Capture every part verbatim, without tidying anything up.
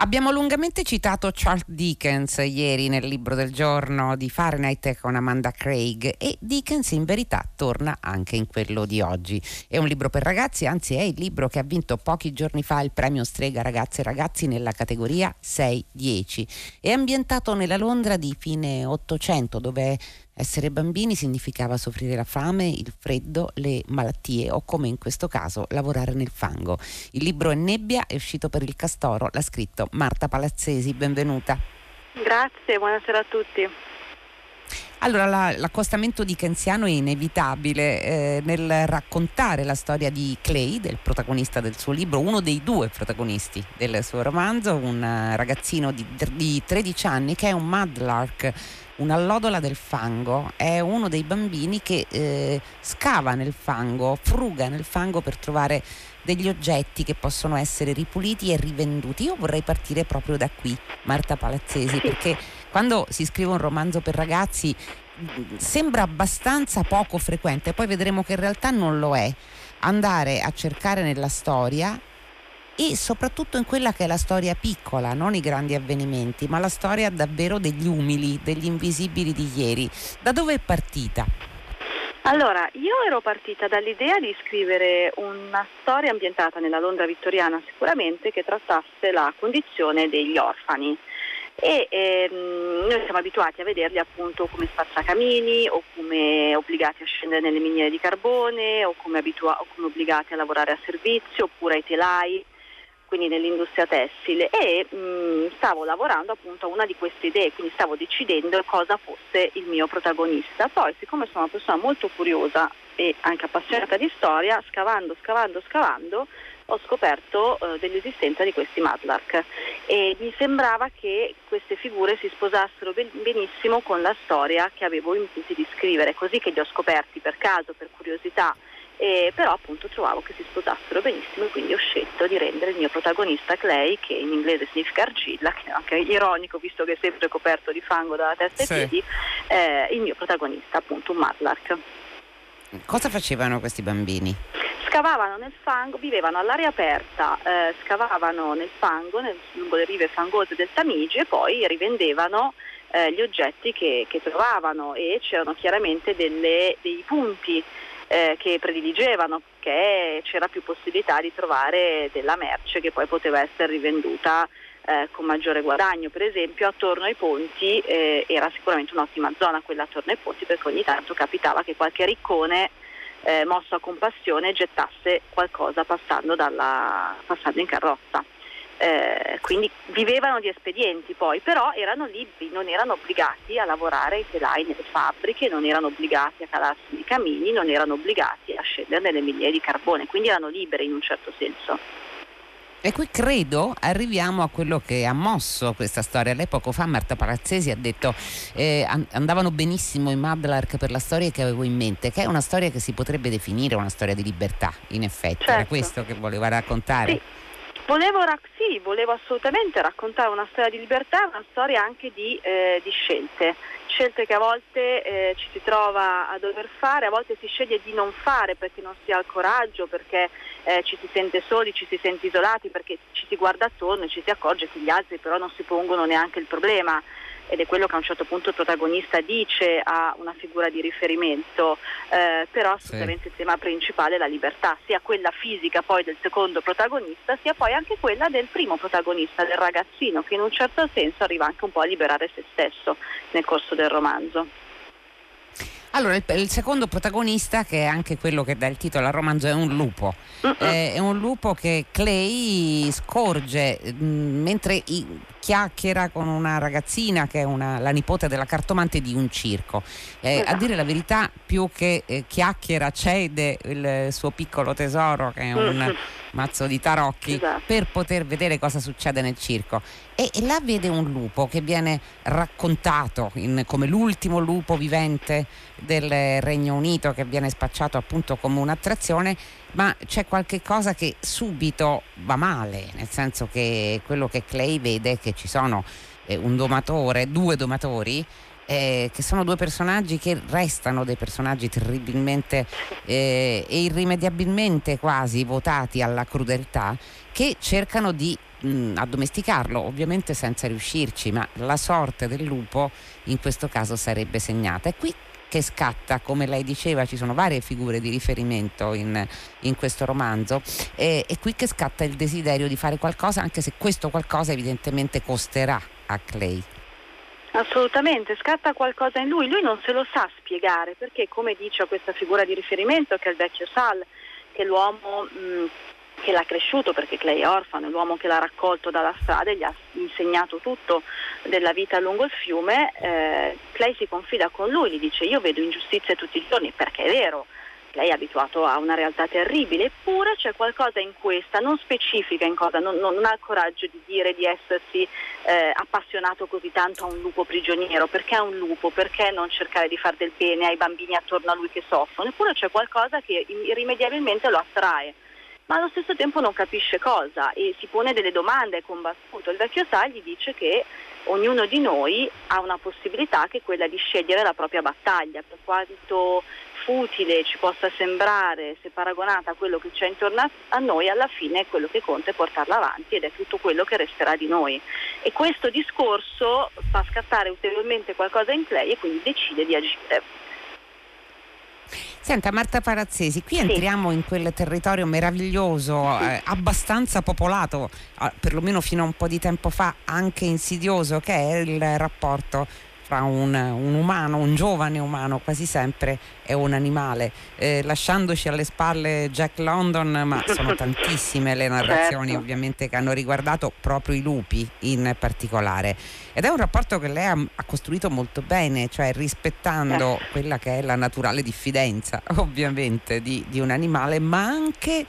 Abbiamo lungamente citato Charles Dickens ieri nel libro del giorno di Fahrenheit con Amanda Craig, e Dickens in verità torna anche in quello di oggi. È un libro per ragazzi, anzi è il libro che ha vinto pochi giorni fa il premio Strega Ragazze e Ragazzi nella categoria sei dieci. È ambientato nella Londra di fine Ottocento, dove essere bambini significava soffrire la fame, il freddo, le malattie o, come in questo caso, lavorare nel fango. Il libro è Nebbia, è uscito per il Castoro, l'ha scritto Marta Palazzesi. Benvenuta. Grazie, buonasera a tutti. Allora, la, l'accostamento dickensiano è inevitabile eh, nel raccontare la storia di Clay, del protagonista del suo libro, uno dei due protagonisti del suo romanzo, un uh, ragazzino di, di tredici anni che è un mudlark, un'allodola del fango. È uno dei bambini che eh, scava nel fango, fruga nel fango per trovare degli oggetti che possono essere ripuliti e rivenduti. Io vorrei partire proprio da qui, Marta Palazzesi, perché quando si scrive un romanzo per ragazzi sembra abbastanza poco frequente, poi vedremo che in realtà non lo è, andare a cercare nella storia, e soprattutto in quella che è la storia piccola, non i grandi avvenimenti, ma la storia davvero degli umili, degli invisibili di ieri. Da dove è partita? Allora, io ero partita dall'idea di scrivere una storia ambientata nella Londra vittoriana, sicuramente, che trattasse la condizione degli orfani. E ehm, noi siamo abituati a vederli appunto come spazzacamini, o come obbligati a scendere nelle miniere di carbone, o come, abitua- o come obbligati a lavorare a servizio, oppure ai telai, quindi nell'industria tessile. E mh, stavo lavorando appunto a una di queste idee, quindi stavo decidendo cosa fosse il mio protagonista. Poi, siccome sono una persona molto curiosa e anche appassionata di storia, scavando, scavando, scavando, ho scoperto eh, dell'esistenza di questi mudlark, e mi sembrava che queste figure si sposassero ben, benissimo con la storia che avevo in mente di scrivere, così che li ho scoperti per caso, per curiosità, e però appunto trovavo che si sposassero benissimo, e quindi ho scelto di rendere il mio protagonista Clay, che in inglese significa argilla, che è anche ironico visto che è sempre coperto di fango dalla testa sì. ai piedi, eh, il mio protagonista appunto un mudlark. Cosa facevano questi bambini? Scavavano nel fango, vivevano all'aria aperta, eh, scavavano nel fango, nel, lungo le rive fangose del Tamigi, e poi rivendevano eh, gli oggetti che, che trovavano, e c'erano chiaramente delle, dei punti eh, che prediligevano, perché c'era più possibilità di trovare della merce che poi poteva essere rivenduta eh, con maggiore guadagno. Per esempio attorno ai ponti eh, era sicuramente un'ottima zona quella attorno ai ponti, perché ogni tanto capitava che qualche riccone Eh, mosso a compassione gettasse qualcosa passando, dalla, passando in carrozza. Eh, quindi vivevano di espedienti, poi però erano liberi, non erano obbligati a lavorare ai telai nelle fabbriche, non erano obbligati a calarsi nei camini, non erano obbligati a scendere nelle miniere di carbone, quindi erano liberi in un certo senso. E qui credo arriviamo a quello che ha mosso questa storia. Lei poco fa, Marta Palazzesi, ha detto eh, andavano benissimo i mudlark per la storia che avevo in mente, che è una storia che si potrebbe definire una storia di libertà, in effetti. Certo. Era questo che voleva raccontare? Sì. Volevo, sì, volevo assolutamente raccontare una storia di libertà, una storia anche di, eh, di scelte, scelte che a volte eh, ci si trova a dover fare, a volte si sceglie di non fare perché non si ha il coraggio, perché eh, ci si sente soli, ci si sente isolati, perché ci si guarda attorno e ci si accorge che gli altri però non si pongono neanche il problema. Ed è quello che a un certo punto il protagonista dice a una figura di riferimento, eh, però assolutamente sì. Il tema principale è la libertà, sia quella fisica poi del secondo protagonista, sia poi anche quella del primo protagonista, del ragazzino, che in un certo senso arriva anche un po' a liberare se stesso nel corso del romanzo. Allora, il, il secondo protagonista, che è anche quello che dà il titolo al romanzo, è un lupo. Eh, è un lupo che Clay scorge mh, mentre i, chiacchiera con una ragazzina che è una, la nipote della cartomante di un circo. Eh, esatto. A dire la verità, più che eh, chiacchiera, cede il suo piccolo tesoro, che è un mm-hmm. mazzo di tarocchi, esatto. per poter vedere cosa succede nel circo. E, e là vede un lupo che viene raccontato in, come l'ultimo lupo vivente del Regno Unito, che viene spacciato appunto come un'attrazione, ma c'è qualche cosa che subito va male, nel senso che quello che Clay vede è che ci sono eh, un domatore, due domatori, eh, che sono due personaggi che restano dei personaggi terribilmente eh, e irrimediabilmente quasi votati alla crudeltà, che cercano di mh, addomesticarlo, ovviamente senza riuscirci, ma la sorte del lupo in questo caso sarebbe segnata. È qui che scatta, come lei diceva, ci sono varie figure di riferimento in, in questo romanzo, e è qui che scatta il desiderio di fare qualcosa, anche se questo qualcosa evidentemente costerà a Clay. Assolutamente, scatta qualcosa in lui, lui non se lo sa spiegare, perché come dice questa figura di riferimento che è il vecchio Sal, che è l'uomo mh, che l'ha cresciuto, perché Clay è orfano, l'uomo che l'ha raccolto dalla strada e gli ha insegnato tutto della vita lungo il fiume, eh, Clay si confida con lui, gli dice: io vedo ingiustizie tutti i giorni, perché è vero, lei è abituato a una realtà terribile, eppure c'è qualcosa in questa, non specifica in cosa, non, non ha il coraggio di dire di essersi eh, appassionato così tanto a un lupo prigioniero, perché è un lupo, perché non cercare di far del bene ai bambini attorno a lui che soffrono, eppure c'è qualcosa che irrimediabilmente lo attrae, ma allo stesso tempo non capisce cosa e si pone delle domande, è combattuto. Il vecchio Sal gli dice che ognuno di noi ha una possibilità, che è quella di scegliere la propria battaglia, per quanto futile ci possa sembrare se paragonata a quello che c'è intorno a noi, alla fine quello che conta è portarla avanti ed è tutto quello che resterà di noi. E questo discorso fa scattare ulteriormente qualcosa in Clay e quindi decide di agire. Senta, Marta Parazzesi, qui sì. entriamo in quel territorio meraviglioso, sì. eh, abbastanza popolato, eh, perlomeno fino a un po' di tempo fa anche insidioso, che è il rapporto fra un, un umano, un giovane umano quasi sempre, e un animale, eh, lasciandoci alle spalle Jack London, ma sono tantissime le narrazioni certo. ovviamente che hanno riguardato proprio i lupi in particolare, ed è un rapporto che lei ha, ha costruito molto bene, cioè rispettando eh. quella che è la naturale diffidenza ovviamente di, di un animale, ma anche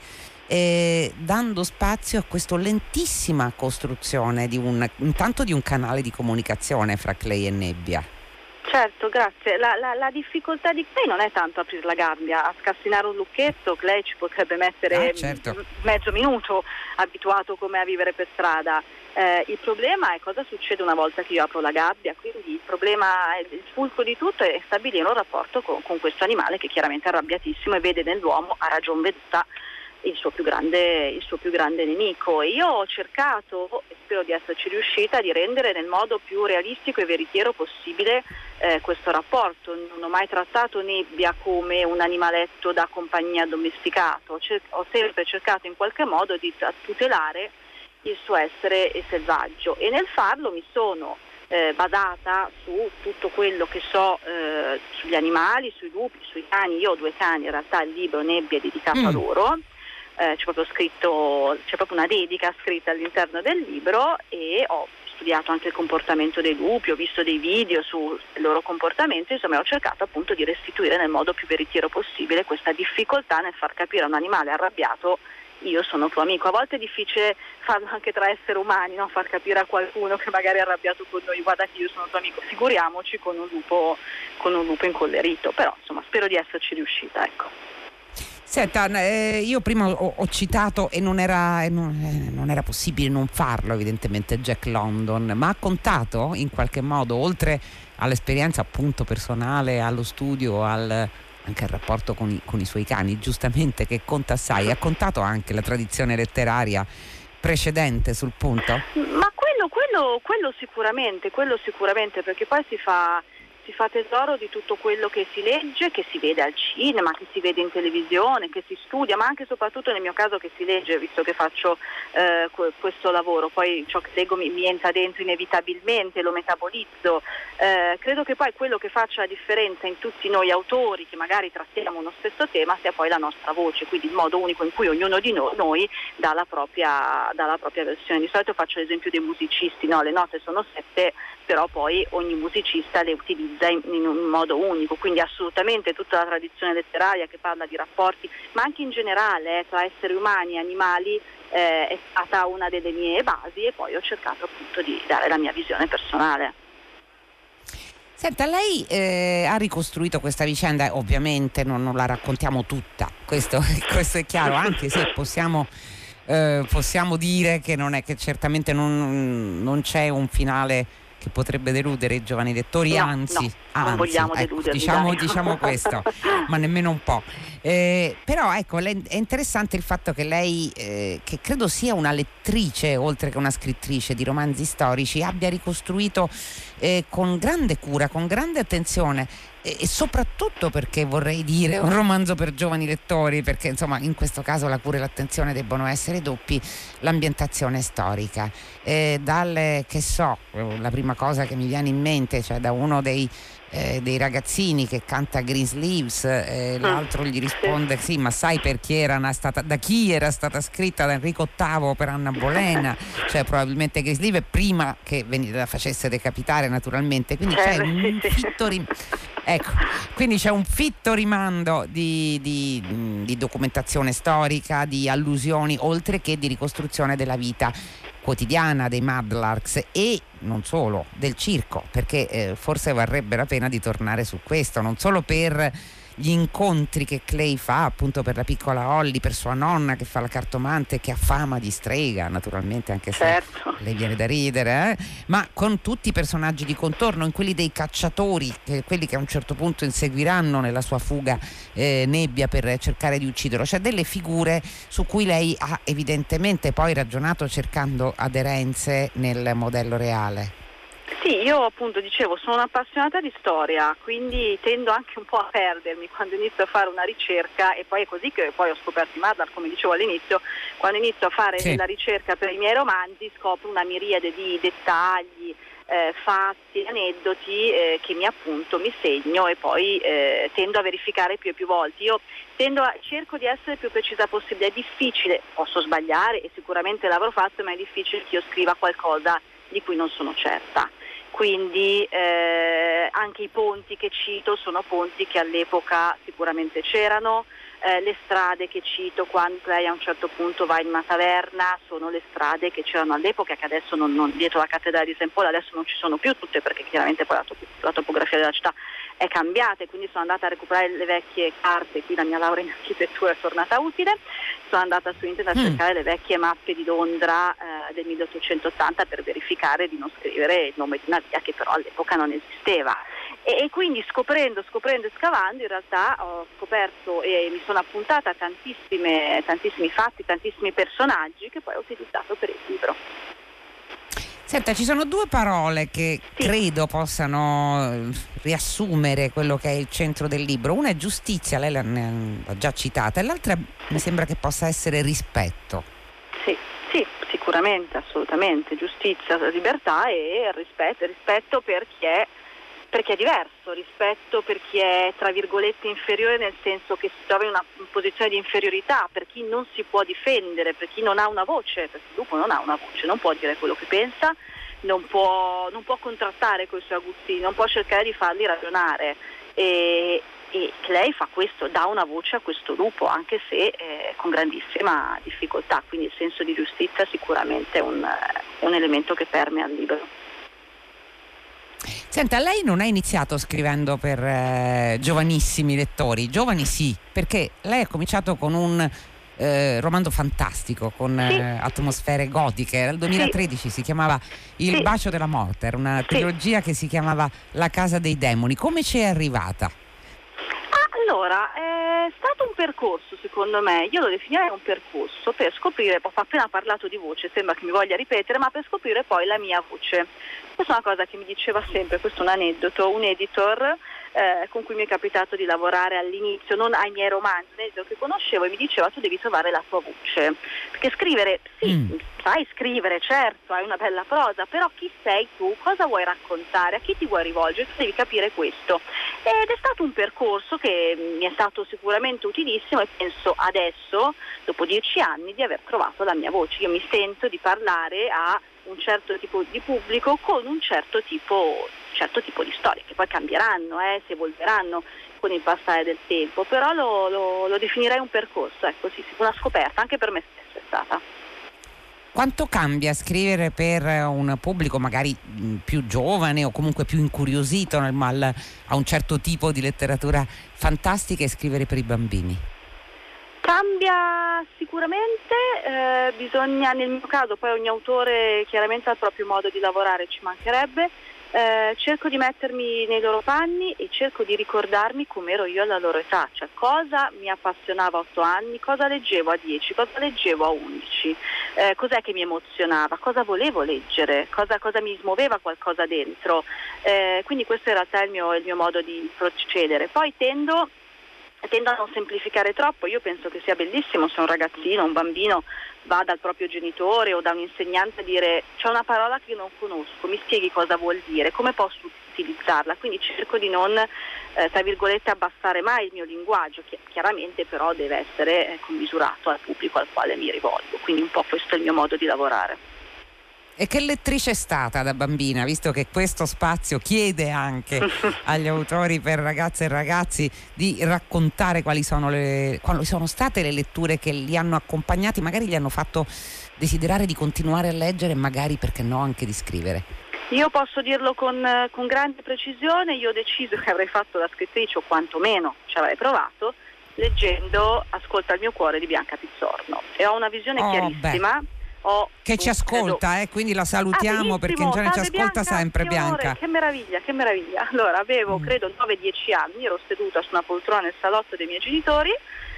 Eh, dando spazio a questa lentissima costruzione di un, intanto di un canale di comunicazione fra Clay e Nebbia. Certo, grazie. La, la, la difficoltà di Clay non è tanto aprire la gabbia, a scassinare un lucchetto Clay ci potrebbe mettere ah, certo. m- mezzo minuto, abituato come a vivere per strada. Eh, il problema è cosa succede una volta che io apro la gabbia, quindi il problema, il fulcro di tutto è stabilire un rapporto con, con questo animale che chiaramente è arrabbiatissimo e vede nell'uomo, a ragion veduta, il suo più grande, il suo più grande nemico. E io ho cercato, e spero di esserci riuscita, di rendere nel modo più realistico e veritiero possibile eh, questo rapporto. Non ho mai trattato Nebbia come un animaletto da compagnia domesticato, ho, cer- ho sempre cercato in qualche modo di tutelare il suo essere selvaggio, e nel farlo mi sono eh, basata su tutto quello che so eh, sugli animali, sui lupi, sui cani. Io ho due cani, in realtà il libro Nebbia è dedicato mm. a loro. Eh, c'è proprio scritto, c'è proprio una dedica scritta all'interno del libro, e ho studiato anche il comportamento dei lupi, ho visto dei video sul loro comportamento, insomma ho cercato appunto di restituire nel modo più veritiero possibile questa difficoltà nel far capire a un animale arrabbiato: io sono tuo amico. A volte è difficile farlo anche tra esseri umani, no? Far capire a qualcuno che magari è arrabbiato con noi: guarda che io sono tuo amico. Figuriamoci con un lupo, con un lupo incollerito. Però insomma spero di esserci riuscita, ecco. Senta, eh, io prima ho, ho citato, e non era, non, eh, non era possibile non farlo evidentemente, Jack London, ma ha contato in qualche modo, oltre all'esperienza appunto personale, allo studio, al, anche al rapporto con i, con i suoi cani, giustamente, che conta assai, ha contato anche la tradizione letteraria precedente sul punto? Ma quello, quello, quello sicuramente, quello sicuramente, perché poi si fa... si fa tesoro di tutto quello che si legge, che si vede al cinema, che si vede in televisione, che si studia, ma anche e soprattutto nel mio caso che si legge, visto che faccio eh, questo lavoro. Poi ciò che leggo mi, mi entra dentro inevitabilmente, lo metabolizzo. Eh, credo che poi quello che faccia la differenza in tutti noi autori che magari trattiamo uno stesso tema sia poi la nostra voce, quindi il modo unico in cui ognuno di no, noi dà la propria, dà la propria versione. Di solito faccio l'esempio dei musicisti, no? Le note sono sette, però poi ogni musicista le utilizza in, in un modo unico, quindi assolutamente tutta la tradizione letteraria che parla di rapporti, ma anche in generale eh, tra esseri umani e animali, eh, è stata una delle mie basi, e poi ho cercato appunto di dare la mia visione personale. Senta, lei eh, ha ricostruito questa vicenda, ovviamente non, non la raccontiamo tutta, questo, questo è chiaro, anche se possiamo, eh, possiamo dire che non è che certamente non, non c'è un finale che potrebbe deludere i giovani lettori, no, anzi, no, anzi non vogliamo ecco, deluderli, diciamo, dai. diciamo questo, ma nemmeno un po'. Eh, però ecco, è interessante il fatto che lei, eh, che credo sia una lettrice oltre che una scrittrice di romanzi storici, abbia ricostruito eh, con grande cura, con grande attenzione, e, e soprattutto perché vorrei dire un romanzo per giovani lettori, perché insomma in questo caso la cura e l'attenzione debbono essere doppi, l'ambientazione storica, eh, dal, che so, la prima cosa che mi viene in mente, cioè da uno dei Eh, dei ragazzini che canta Greensleeves, eh, l'altro gli risponde sì, ma sai per chi era stata, da chi era stata scritta, da Enrico ottavo per Anna Bolena, cioè probabilmente Greensleeves prima che la facesse decapitare, naturalmente, quindi c'è un fitto rim- ecco, quindi c'è un fitto rimando di, di, di documentazione storica, di allusioni, oltre che di ricostruzione della vita quotidiana dei Mudlarks e non solo del circo, perché eh, forse varrebbe la pena di tornare su questo, non solo per gli incontri che Clay fa appunto per la piccola Holly, per sua nonna che fa la cartomante, che ha fama di strega naturalmente, anche se certo. le viene da ridere, eh? Ma con tutti i personaggi di contorno, in quelli dei cacciatori, che, quelli che a un certo punto inseguiranno nella sua fuga eh, Nebbia per cercare di ucciderlo. C'è delle figure su cui lei ha evidentemente poi ragionato cercando aderenze nel modello reale. Sì, io appunto dicevo, sono un'appassionata di storia, quindi tendo anche un po' a perdermi quando inizio a fare una ricerca, e poi è così che poi ho scoperto i Mudlark, come dicevo all'inizio. Quando inizio a fare sì. la ricerca per i miei romanzi scopro una miriade di dettagli, eh, fatti, aneddoti eh, che mi appunto mi segno e poi eh, tendo a verificare più e più volte. Io tendo a, cerco di essere il più precisa possibile, è difficile, posso sbagliare e sicuramente l'avrò fatto, ma è difficile che io scriva qualcosa di cui non sono certa. Quindi eh, anche i ponti che cito sono ponti che all'epoca sicuramente c'erano, eh, le strade che cito quando lei a un certo punto va in una taverna sono le strade che c'erano all'epoca, che adesso non, non dietro la cattedrale di Saint Paul adesso non ci sono più tutte, perché chiaramente poi la, top- la topografia della città è cambiata, e quindi sono andata a recuperare le vecchie carte. Qui la mia laurea in architettura è tornata utile. Sono andata su internet a cercare mm. le vecchie mappe di Londra eh, del milleottocentottanta per verificare di non scrivere il nome di una via che però all'epoca non esisteva. E, e quindi scoprendo, scoprendo e scavando in realtà ho scoperto e mi sono appuntata a tantissime, tantissimi fatti, tantissimi personaggi che poi ho utilizzato per il libro. Senta, ci sono due parole che sì. credo possano riassumere quello che è il centro del libro. Una è giustizia, lei l'ha, l'ha già citata, e l'altra mi sembra che possa essere rispetto. Sì, sì, sicuramente, assolutamente. Giustizia, libertà e rispetto, rispetto per chi è perché è diverso, rispetto per chi è tra virgolette inferiore, nel senso che si trova in una posizione di inferiorità, per chi non si può difendere, per chi non ha una voce, perché il lupo non ha una voce, non può dire quello che pensa, non può, non può contrattare con i suoi aguzzini, non può cercare di farli ragionare, e, e lei fa questo, dà una voce a questo lupo, anche se eh, con grandissima difficoltà, quindi il senso di giustizia sicuramente è un, un elemento che permea il libro. Senta, lei non ha iniziato scrivendo per eh, giovanissimi lettori, giovani sì, perché lei ha cominciato con un eh, romanzo fantastico, con sì. eh, atmosfere gotiche, era il duemilatredici, sì. si chiamava Il sì. bacio della morte, era una trilogia sì. che si chiamava La casa dei demoni. Come ci è arrivata? Allora, è stato un percorso secondo me, io lo definirei un percorso per scoprire, ho appena parlato di voce, sembra che mi voglia ripetere, ma per scoprire poi la mia voce. Questa è una cosa che mi diceva sempre, questo è un aneddoto, un editor eh, con cui mi è capitato di lavorare all'inizio, non ai miei romanzi, un editor che conoscevo, e mi diceva: tu devi trovare la tua voce, perché scrivere, sì, mm. sai scrivere, certo, hai una bella prosa, però chi sei tu? Cosa vuoi raccontare? A chi ti vuoi rivolgere? Tu devi capire questo. Ed è stato un percorso che mi è stato sicuramente utilissimo, e penso adesso, dopo dieci anni, di aver trovato la mia voce. Io mi sento di parlare a un certo tipo di pubblico con un certo tipo, certo tipo di storie, che poi cambieranno, eh, si evolveranno con il passare del tempo, però lo, lo, lo definirei un percorso, ecco, sì, una scoperta, anche per me stessa è stata. Quanto cambia scrivere per un pubblico magari più giovane o comunque più incuriosito nel mal, a un certo tipo di letteratura fantastica, e scrivere per i bambini? Cambia sicuramente, eh, bisogna, nel mio caso poi ogni autore chiaramente ha il proprio modo di lavorare, ci mancherebbe, eh, cerco di mettermi nei loro panni e cerco di ricordarmi com'ero io alla loro età, cioè cosa mi appassionava a otto anni, cosa leggevo a dieci, cosa leggevo a undici, eh, cos'è che mi emozionava, cosa volevo leggere, cosa, cosa mi smuoveva qualcosa dentro, eh, quindi questo in realtà è il mio, il mio modo di procedere. Poi tendo Tendo a non semplificare troppo. Io penso che sia bellissimo se un ragazzino, un bambino va dal proprio genitore o da un insegnante a dire c'è una parola che non conosco, mi spieghi cosa vuol dire, come posso utilizzarla, quindi cerco di non eh, tra virgolette abbassare mai il mio linguaggio, che chiaramente però deve essere eh, commisurato al pubblico al quale mi rivolgo, quindi un po' questo è il mio modo di lavorare. E che lettrice è stata da bambina, visto che questo spazio chiede anche agli autori per ragazze e ragazzi di raccontare quali sono, le, quali sono state le letture che li hanno accompagnati, magari gli hanno fatto desiderare di continuare a leggere e magari, perché no, anche di scrivere? Io posso dirlo con, con grande precisione. Io ho deciso che avrei fatto la scrittrice, o quantomeno ci avrei provato, leggendo Ascolta il mio cuore di Bianca Pizzorno, e ho una visione oh, chiarissima. Beh. Oh, che ci ascolta, eh, quindi la salutiamo, ah, perché in genere ci ascolta Bianca, sempre Bianca. Che meraviglia, che meraviglia. Allora, avevo mm. credo nove dieci anni, ero seduta su una poltrona nel salotto dei miei genitori,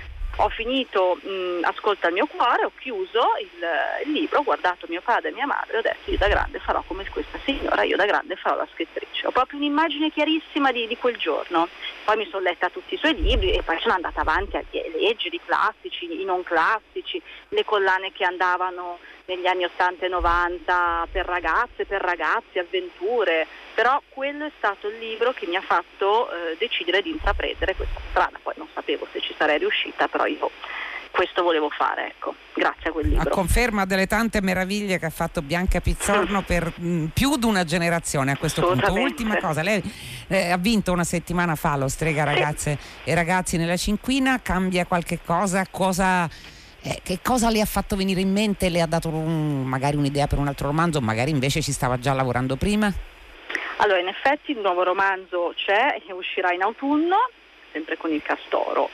ho finito mh, Ascolta il mio cuore, ho chiuso il, il libro, ho guardato mio padre e mia madre e ho detto io da grande farò come questa signora, io da grande farò la scrittrice. Ho proprio un'immagine chiarissima di, di quel giorno. Poi mi sono letta tutti i suoi libri e poi sono andata avanti a leggere i classici, i non classici, le collane che andavano negli anni ottanta e novanta per ragazze, per ragazzi, avventure, però quello è stato il libro che mi ha fatto eh, decidere di intraprendere questa strada. Poi non sapevo se ci sarei riuscita, però io questo volevo fare, ecco, grazie a quel libro. A conferma delle tante meraviglie che ha fatto Bianca Pizzorno per mh, più di una generazione a questo punto. Ultima cosa, lei eh, ha vinto una settimana fa lo Strega Ragazze sì. e Ragazzi nella Cinquina, cambia qualche cosa? Cosa... Eh, che cosa le ha fatto venire in mente? Le ha dato un, magari un'idea per un altro romanzo, magari invece ci stava già lavorando prima? Allora, in effetti il nuovo romanzo c'è e uscirà in autunno, sempre con il Castoro.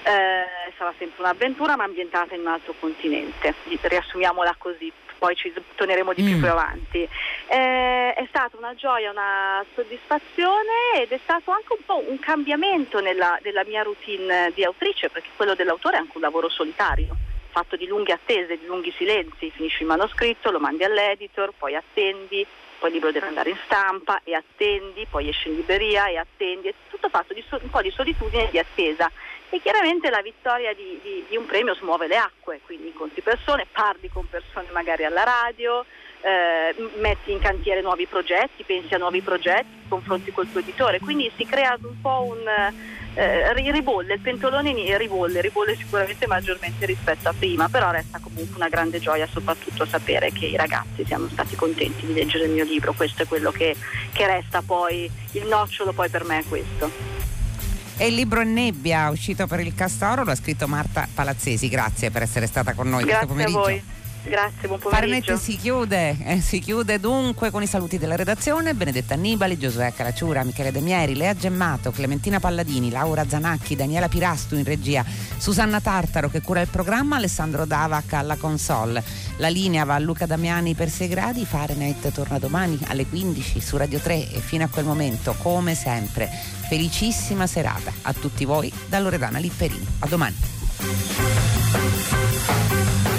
Eh, sarà sempre un'avventura ma ambientata in un altro continente, riassumiamola così, poi ci torneremo di più mm. più avanti. Eh, è stata una gioia, una soddisfazione ed è stato anche un po' un cambiamento nella, nella mia routine di autrice, perché quello dell'autore è anche un lavoro solitario, fatto di lunghe attese, di lunghi silenzi. Finisci il manoscritto, lo mandi all'editor, poi attendi, poi il libro deve andare in stampa e attendi, poi esce in libreria e attendi, è tutto fatto di so- un po' di solitudine e di attesa. E chiaramente la vittoria di, di, di un premio smuove le acque, quindi incontri persone, parli con persone magari alla radio, eh, metti in cantiere nuovi progetti, pensi a nuovi progetti, confronti col tuo editore, quindi si crea un po' un eh, ribolle, il pentolone ribolle, ribolle sicuramente maggiormente rispetto a prima, però resta comunque una grande gioia soprattutto sapere che i ragazzi siano stati contenti di leggere il mio libro. Questo è quello che, che resta poi, il nocciolo poi per me è questo. E il libro è Nebbia, uscito per il Castoro, lo ha scritto Marta Palazzesi. Grazie per essere stata con noi Grazie questo pomeriggio. A voi. Grazie, buon pomeriggio. Farnette si chiude, eh, si chiude dunque con i saluti della redazione: Benedetta Annibali, Giosuè Calacciura, Michele De Mieri, Lea Gemmato, Clementina Palladini, Laura Zanacchi, Daniela Pirastu in regia, Susanna Tartaro che cura il programma, Alessandro Davac alla console. La linea va a Luca Damiani per sei gradi. Fahrenheit torna domani alle quindici su Radio tre e fino a quel momento, come sempre, felicissima serata a tutti voi da Loredana Lipperini. A domani.